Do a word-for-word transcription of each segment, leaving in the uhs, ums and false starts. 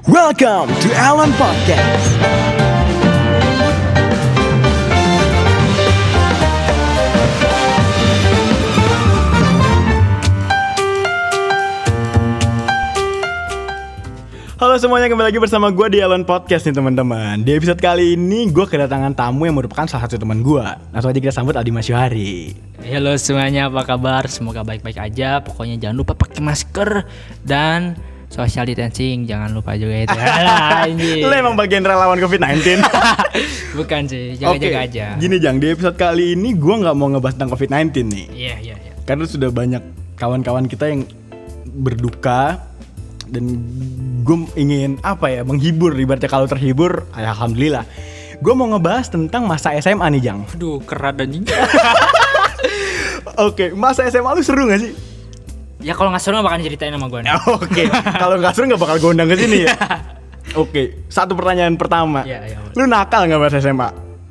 Welcome to Alan Podcast. Halo semuanya, kembali lagi bersama gue di Alan Podcast nih teman-teman. Di episode kali ini gue kedatangan tamu yang merupakan salah satu teman gue. Langsung aja kita sambut Aldi Masyuhari. Halo semuanya, apa kabar? Semoga baik-baik aja. Pokoknya jangan lupa pakai masker dan social distancing, jangan lupa juga itu. Alah, Lo emang bagian relawan covid sembilan belas? Bukan sih, jaga-jaga Oke, aja. Gini Jang, di episode kali ini gue gak mau ngebahas tentang covid sembilan belas nih. Iya, iya, iya. Karena sudah banyak kawan-kawan kita yang berduka. Dan gue ingin apa ya, menghibur. Ibaratnya kalau terhibur, alhamdulillah. Gue mau ngebahas tentang masa S M A nih Jang. Aduh, kerat dan juga. Oke, masa S M A lu seru gak sih? Ya kalau nggak seru nggak bakal ceritain sama gue. Oke, kalau nggak seru nggak bakal gue undang ke sini ya. Oke, satu pertanyaan pertama. Iya, iya. Lu nakal nggak pas S M A?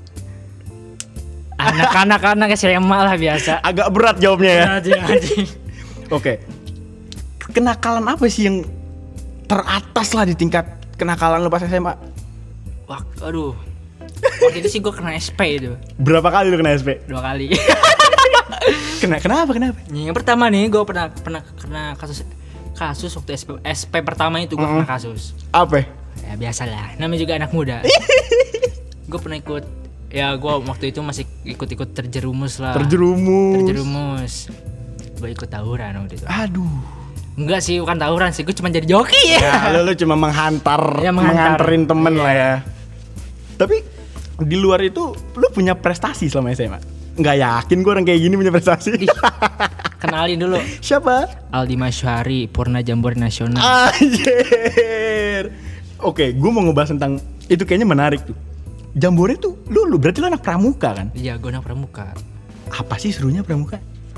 Anak-anak anak S M A lah biasa. Agak berat jawabnya ya. Anjing, anjing. Oke, kenakalan apa sih yang teratas lah di tingkat kenakalan lu pas S M A? Wah, aduh. Waktu itu sih gue kena S P itu. Berapa kali lu kena S P? Dua kali. Kena kenapa kenapa? Yang pertama nih, gue pernah pernah kena kasus kasus waktu S P, S P pertama itu gue Mm. kena kasus. Apa? Ya biasalah, namanya juga anak muda. Gue pernah ikut, ya gue waktu itu masih ikut-ikut terjerumus lah. Terjerumus. Terjerumus. Gue ikut tawuran waktu itu. Aduh. Enggak sih, bukan tawuran sih, gue cuma jadi joki Ya, lu, lu cuma menghantar, Ya, menghantar. menganterin temen Iya. lah ya. Tapi di luar itu lu punya prestasi selama S M A? Nggak yakin gue orang kayak gini punya prestasi. Ih, kenalin dulu. Siapa? Aldi Masyuhari, Purna Jambore Nasional. Anjir. Oke, gue mau ngebahas tentang itu, kayaknya menarik tuh. Jambore tuh, lu, lu berarti lu anak pramuka kan? Iya, gue anak pramuka. Apa sih serunya pramuka?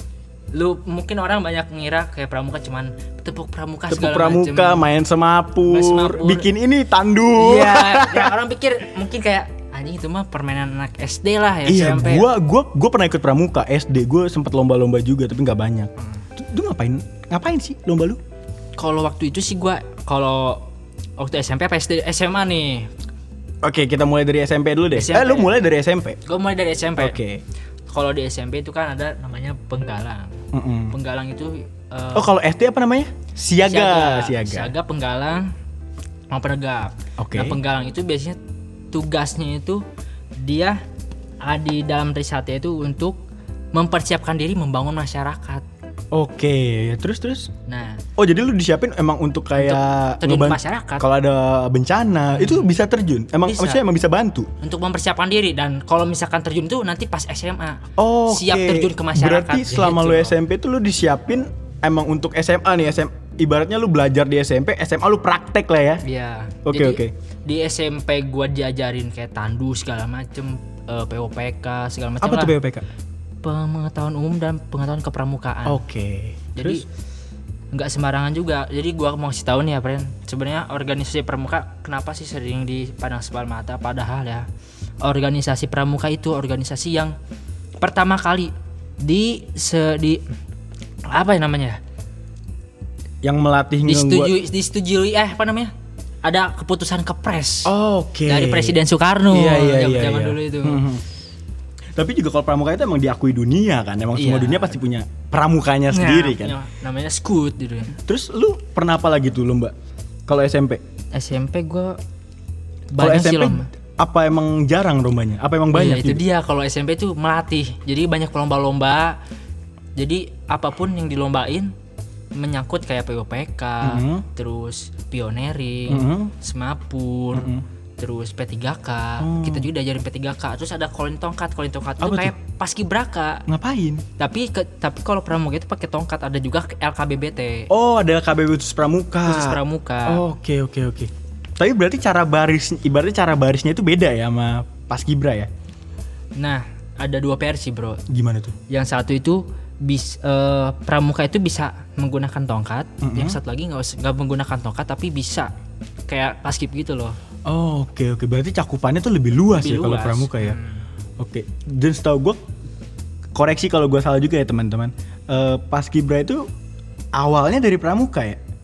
Lu mungkin orang banyak ngira kayak pramuka cuman tepuk pramuka Tepuk segala pramuka, macem. main semapur, Main semapur. bikin ini tandu. Iya, ya orang pikir mungkin kayak anjing itu mah permainan anak S D lah ya. Iya, S M P. gua gua gua pernah ikut pramuka S D, gua sempet lomba-lomba juga tapi nggak banyak. Lu ngapain? Ngapain sih lomba lu? Kalau waktu itu sih gua kalau waktu S M P apa S D S M A nih. Oke, kita mulai dari S M P dulu deh. S M P. Eh, lu mulai dari S M P. Gua mulai dari S M P. Oke. Kalau di S M P itu kan ada namanya penggalang. Mm-mm. Penggalang itu uh, Oh, kalau S D apa namanya? Siaga, siaga. Siaga, penggalang, sama penegak. Oke. Nah, penggalang itu biasanya tugasnya itu dia uh, di dalam risetnya itu untuk mempersiapkan diri membangun masyarakat. Oke, terus terus. Nah, Oh, jadi lu disiapin emang untuk kayak terjun ke ngeban- masyarakat. Kalau ada bencana, itu bisa terjun. Emang Bisa. maksudnya emang bisa bantu. Untuk mempersiapkan diri, dan kalau misalkan terjun itu nanti pas S M A. Oh, Siap terjun ke masyarakat. Berarti selama gitu. lu S M P itu lu disiapin emang untuk S M A nih, S M ibaratnya lu belajar di S M P, S M A lu praktek lah ya. Iya. Oke, Jadi, oke. Di S M P gua diajarin kayak tandu segala macem, eh, P O P K segala macam Apa lah. tuh P O P K? Pengetahuan umum dan pengetahuan kepramukaan. Oke. Jadi nggak sembarangan juga. Jadi gua mau kasih tahu nih ya, Pren. Sebenarnya organisasi pramuka kenapa sih sering dipandang sebelah mata, padahal ya organisasi pramuka itu organisasi yang pertama kali di se di apa ya namanya? Yang melatih Disetujui disetujui eh apa namanya? Ada keputusan kepres Oke. dari Presiden Soekarno. Iya, iya, iya, zaman iya. dulu itu. Hmm. Tapi juga kalau pramuka itu emang diakui dunia kan. Emang semua Iya. dunia pasti punya pramukanya Nah, sendiri kan. ya, namanya Scout gitu. Terus lu pernah apa lagi tuh lomba? Kalau S M P? S M P gua Kalau banyak S M P sih lomba. apa emang jarang lombanya? Apa emang banyak? Iya, itu juga? dia. Kalau S M P itu melatih. Jadi banyak lomba-lomba. Jadi apapun yang dilombain menyangkut kayak P O P K, Mhm. terus pioneering, Mhm. semapur, Mhm. terus P tiga K. Oh. Kita juga diajarin P tiga K. Terus ada kolin tongkat. Kolin tongkat itu Apa kayak paskibraka. Ngapain? Tapi ke, tapi kalau pramuka itu pakai tongkat. Ada juga L K B B T. Oh, ada K B B khusus pramuka. Khusus pramuka. Oke, oke, oke. Tapi berarti cara baris, ibaratnya cara barisnya itu beda ya sama paskibra ya? Nah, ada dua versi, Bro. Gimana tuh? Yang satu itu bis eh, pramuka itu bisa menggunakan tongkat, Mm-hmm. yang satu lagi nggak us- nggak menggunakan tongkat tapi bisa kayak paskib gitu loh. Oh, oke, oke. Berarti cakupannya tuh lebih luas Lebih ya kalau luas. pramuka ya. Hmm. Oke. Dan setahu gue, koreksi kalau gue salah juga ya teman-teman. Eh, paskibra itu awalnya dari pramuka ya?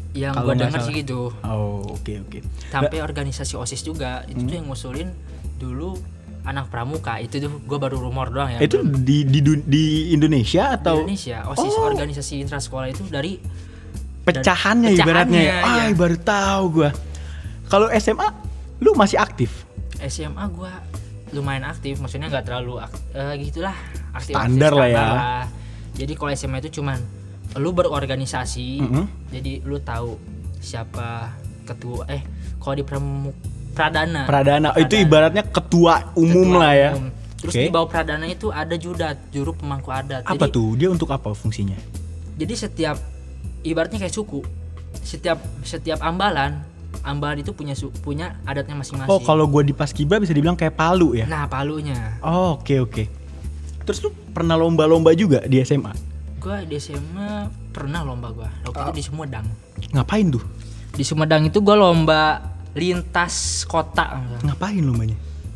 Yang Kalau gue nggak dengar salah. sih gitu. Oh, oke oke. Sampai organisasi OSIS juga itu tuh yang ngusulin dulu anak pramuka. Itu tuh gue baru rumor doang ya. Itu belum- di di du- di Indonesia di atau Indonesia OSIS Oh. organisasi intrasekolah itu dari pecahannya, Pecahannya, ibaratnya? Ah, iya. baru tahu gua. Kalau S M A lu masih aktif? S M A gue lumayan aktif, maksudnya nggak terlalu ak- eh, gitulah aktif Standar lah ya. Jadi kalau S M A itu cuman lu berorganisasi, Mhm. jadi lu tahu siapa ketua eh kalau di pramu pradana Pradana, itu ibaratnya ketua umum ketua lah ya. umum. Terus Oke. di bawah pradana itu ada judat, juru pemangku adat. Apa jadi, tuh? Dia untuk apa fungsinya? Jadi setiap ibaratnya kayak suku, setiap setiap ambalan, ambalan itu punya su- punya adatnya masing-masing. Oh, kalau gua di Paskibra bisa dibilang kayak Palu ya. Nah, palunya. Oh, oke oke. Terus lu pernah lomba-lomba juga di S M A? Gua di S M A pernah lomba gua. Waktu itu di Sumedang. Ngapain tuh? Di Sumedang itu gua lomba lintas kota. Ngapain lombanya?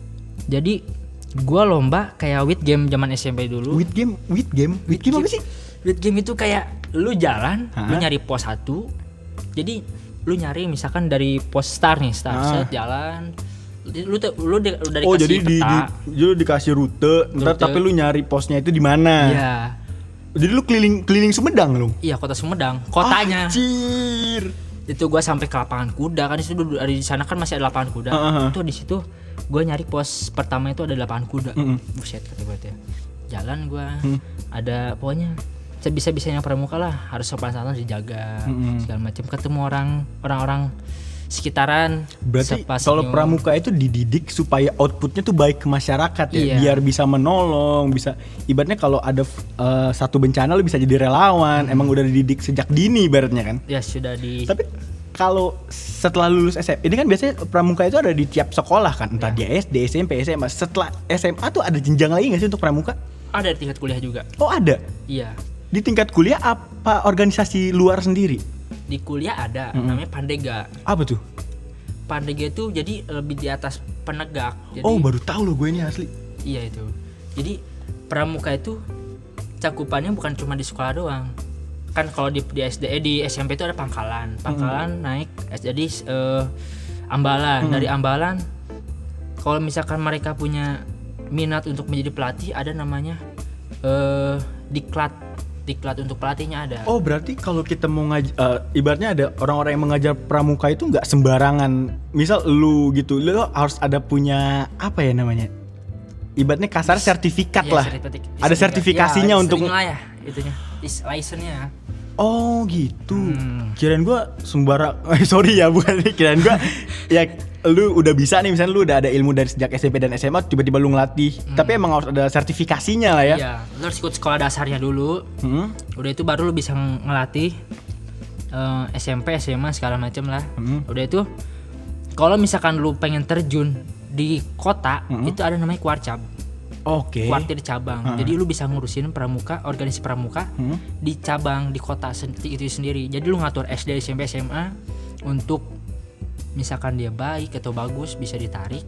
Jadi gua lomba kayak with game zaman S M P dulu. With game, with game, with game apa sih? With game itu kayak lu jalan, Hah? lu nyari pos satu. Jadi lu nyari misalkan dari pos start nih, start Ah. set jalan. Lu tuh lu, di- udah dikasih Oh, jadi di, peta. di lu dikasih rute, ntar Rute. tapi lu nyari posnya itu di mana? Iya. Jadi lu keliling keliling Sumedang lu. Iya, kota Sumedang, kotanya. Anjir. Itu gua sampai ke lapangan kuda kan, di situ dari sana kan masih ada lapangan kuda. Uh-huh. Itu di situ gua nyari pos pertama itu ada lapangan kuda. Mm-mm. Buset kata gua tuh. Jalan gua Hmm. ada pokoknya sebisa-bisanya pramuka lah, harus sopan santun dijaga, Mm-mm. segala macam, ketemu orang orang-orang sekitaran. Berarti sapa kalau senyum. pramuka itu dididik supaya outputnya tuh baik ke masyarakat ya, Iya. biar bisa menolong, bisa ibaratnya kalau ada uh, satu bencana lu bisa jadi relawan. Emang udah dididik sejak dini ibaratnya kan. ya sudah di Tapi kalau setelah lulus S M A, ini kan biasanya pramuka itu ada di tiap sekolah kan, entah dia S D, S M P, S M A. Setelah S M A tuh ada jenjang lagi nggak sih untuk pramuka? ada di tingkat kuliah juga. Oh ada. Iya. Di tingkat kuliah apa organisasi luar sendiri? Di kuliah ada Mm-mm. namanya Pandega. Apa tuh? Pandega itu jadi lebih di atas penegak. Jadi Oh baru tahu loh gue ini asli. iya itu. Jadi pramuka itu cakupannya bukan cuma di sekolah doang. Kan kalau di, di S D eh, di S M P itu ada pangkalan. Pangkalan naik eh, jadi eh, ambalan. Mm-mm. Dari ambalan kalau misalkan mereka punya minat untuk menjadi pelatih ada namanya eh diklat. Diklat untuk pelatihnya ada. Oh berarti kalau kita mau ngaj eh, ibaratnya ada orang-orang yang mengajar pramuka itu nggak sembarangan. Misal lu gitu, lu harus ada punya apa ya namanya? Ibaratnya kasar sertifikat Ya, lah. sertifikat- Ada sertifikasinya ya, untuk. sering lah ya itunya. Is license-nya. Oh gitu. Hmm. Kirain gua sembarang. Eh, sorry ya bukan. Kirain gua ya lu udah bisa nih misalnya lu udah ada ilmu dari sejak S M P dan S M A tiba-tiba lu ngelatih. Hmm. Tapi emang harus ada sertifikasinya lah ya. Iya, lu harus ikut sekolah dasarnya dulu. Hmm. Udah itu baru lu bisa ngelatih eh, S M P, S M A segala macam lah. Hmm. Udah itu kalau misalkan lu pengen terjun di kota, Hmm. itu ada namanya kuarcap. Oke. Kuartir cabang. Hmm. Jadi lu bisa ngurusin pramuka, organisasi pramuka Hmm. di cabang di kota sen- itu sendiri. Jadi lu ngatur S D, S M P, S M A untuk misalkan dia baik atau bagus bisa ditarik.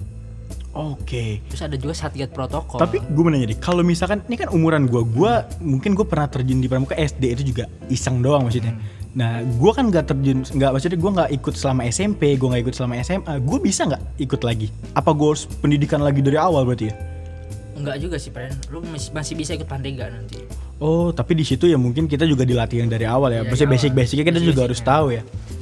Oke. Terus ada juga satgas protokol. Tapi gue mau nanya deh, kalau misalkan ini kan umuran gue, gue mungkin gue pernah terjun di pramuka S D itu juga iseng doang maksudnya. Hmm. Nah, gue kan nggak terjun, nggak maksudnya gue nggak ikut selama S M P, gue nggak ikut selama S M A, gue bisa nggak ikut lagi? Apa gue harus pendidikan lagi dari awal berarti ya? enggak juga sih, Pren. Lu masih, masih bisa ikut Pandega nanti. Oh, tapi di situ ya mungkin kita juga dilatih yang dari awal ya. Iya, Maksudnya dari basic-basicnya kita awal. juga harus Basic-basicnya. tahu ya.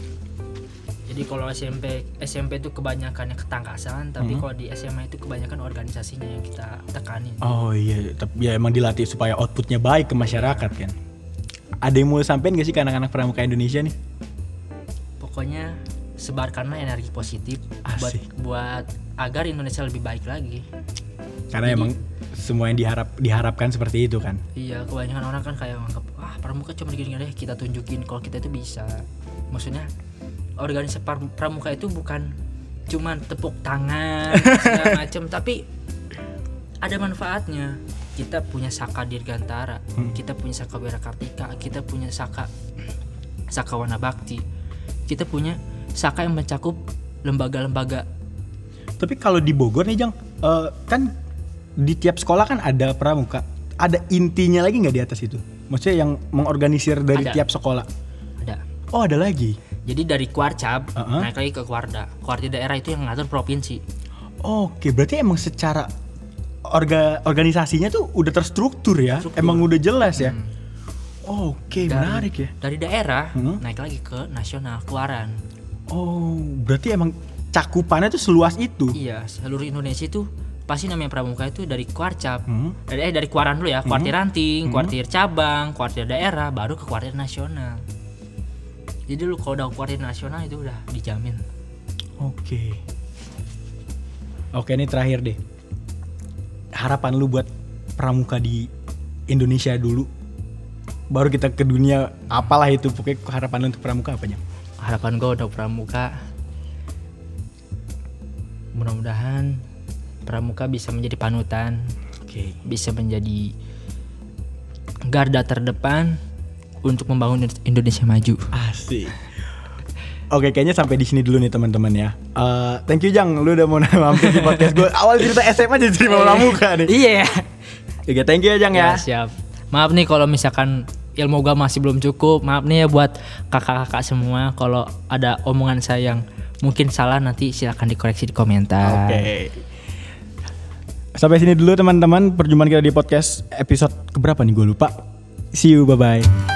Jadi kalau S M P S M P itu kebanyakannya ketangkasan, tapi Hmm. kalau di S M A itu kebanyakan organisasinya yang kita tekanin. Oh iya, tapi ya emang dilatih supaya outputnya baik ke masyarakat kan. Ada yang mau sampein gak sih ke anak-anak pramuka Indonesia nih? Pokoknya sebarkanlah energi positif buat Asik. buat agar Indonesia lebih baik lagi. Karena Jadi- emang semua yang diharap diharapkan seperti itu kan. Iya, kebanyakan orang kan kayak menganggap wah pramuka cuma gini-gini deh, kita tunjukin kalau kita itu bisa. Maksudnya organisasi par- pramuka itu bukan cuman tepuk tangan segala macem, tapi ada manfaatnya. Kita punya Saka Dirgantara, Hmm. kita punya Saka Wira Kartika, kita punya Saka Saka Wana Bakti, kita punya Saka yang mencakup lembaga-lembaga. Tapi kalau di Bogor nih Jang, eh, kan di tiap sekolah kan ada pramuka. Ada intinya lagi nggak di atas itu? Maksudnya yang mengorganisir dari Ada. tiap sekolah? Ada. Oh ada lagi. Jadi dari Kuarcap Uh-huh. naik lagi ke Kuarda. Kuarda daerah itu yang ngatur provinsi. Oke, berarti emang secara orga, organisasinya tuh udah terstruktur ya, Struktur. emang udah jelas ya. Hmm. Oke, Dari- menarik ya. Dari daerah Hmm. naik lagi ke nasional, Kuaran. Oh, berarti emang cakupannya tuh seluas itu. Iya, seluruh Indonesia itu pasti namanya pramuka itu dari Kuarcap. Hmm. Eh dari Kuaran dulu ya, kuartir ranting, Hmm. kuartir cabang, kuartir daerah, baru ke kuartir nasional. Jadi lu kalau udah kuartir nasional itu udah dijamin. Oke. Oke, ini terakhir deh. Harapan lu buat pramuka di Indonesia dulu. Baru kita ke dunia, apalah itu. Pokoknya harapan lu untuk pramuka apanya? Harapan gue untuk pramuka, mudah-mudahan pramuka bisa menjadi panutan, Oke. bisa menjadi garda terdepan untuk membangun Indonesia maju. Asik. Oke, kayaknya sampai di sini dulu nih teman-teman ya. Uh, thank you Jang, lu udah mau mampir di podcast gue. Awal cerita S M A jadi cerita pramuka nih. Iya. Oke, thank you ya Jang ya. Ya, siap. Maaf nih kalau misalkan ilmu gua masih belum cukup. Maaf nih ya buat kakak-kakak semua kalau ada omongan saya yang mungkin salah, nanti silakan dikoreksi di komentar. Oke. Sampai sini dulu teman-teman perjumpaan kita di podcast episode keberapa nih gue lupa. See you, bye bye.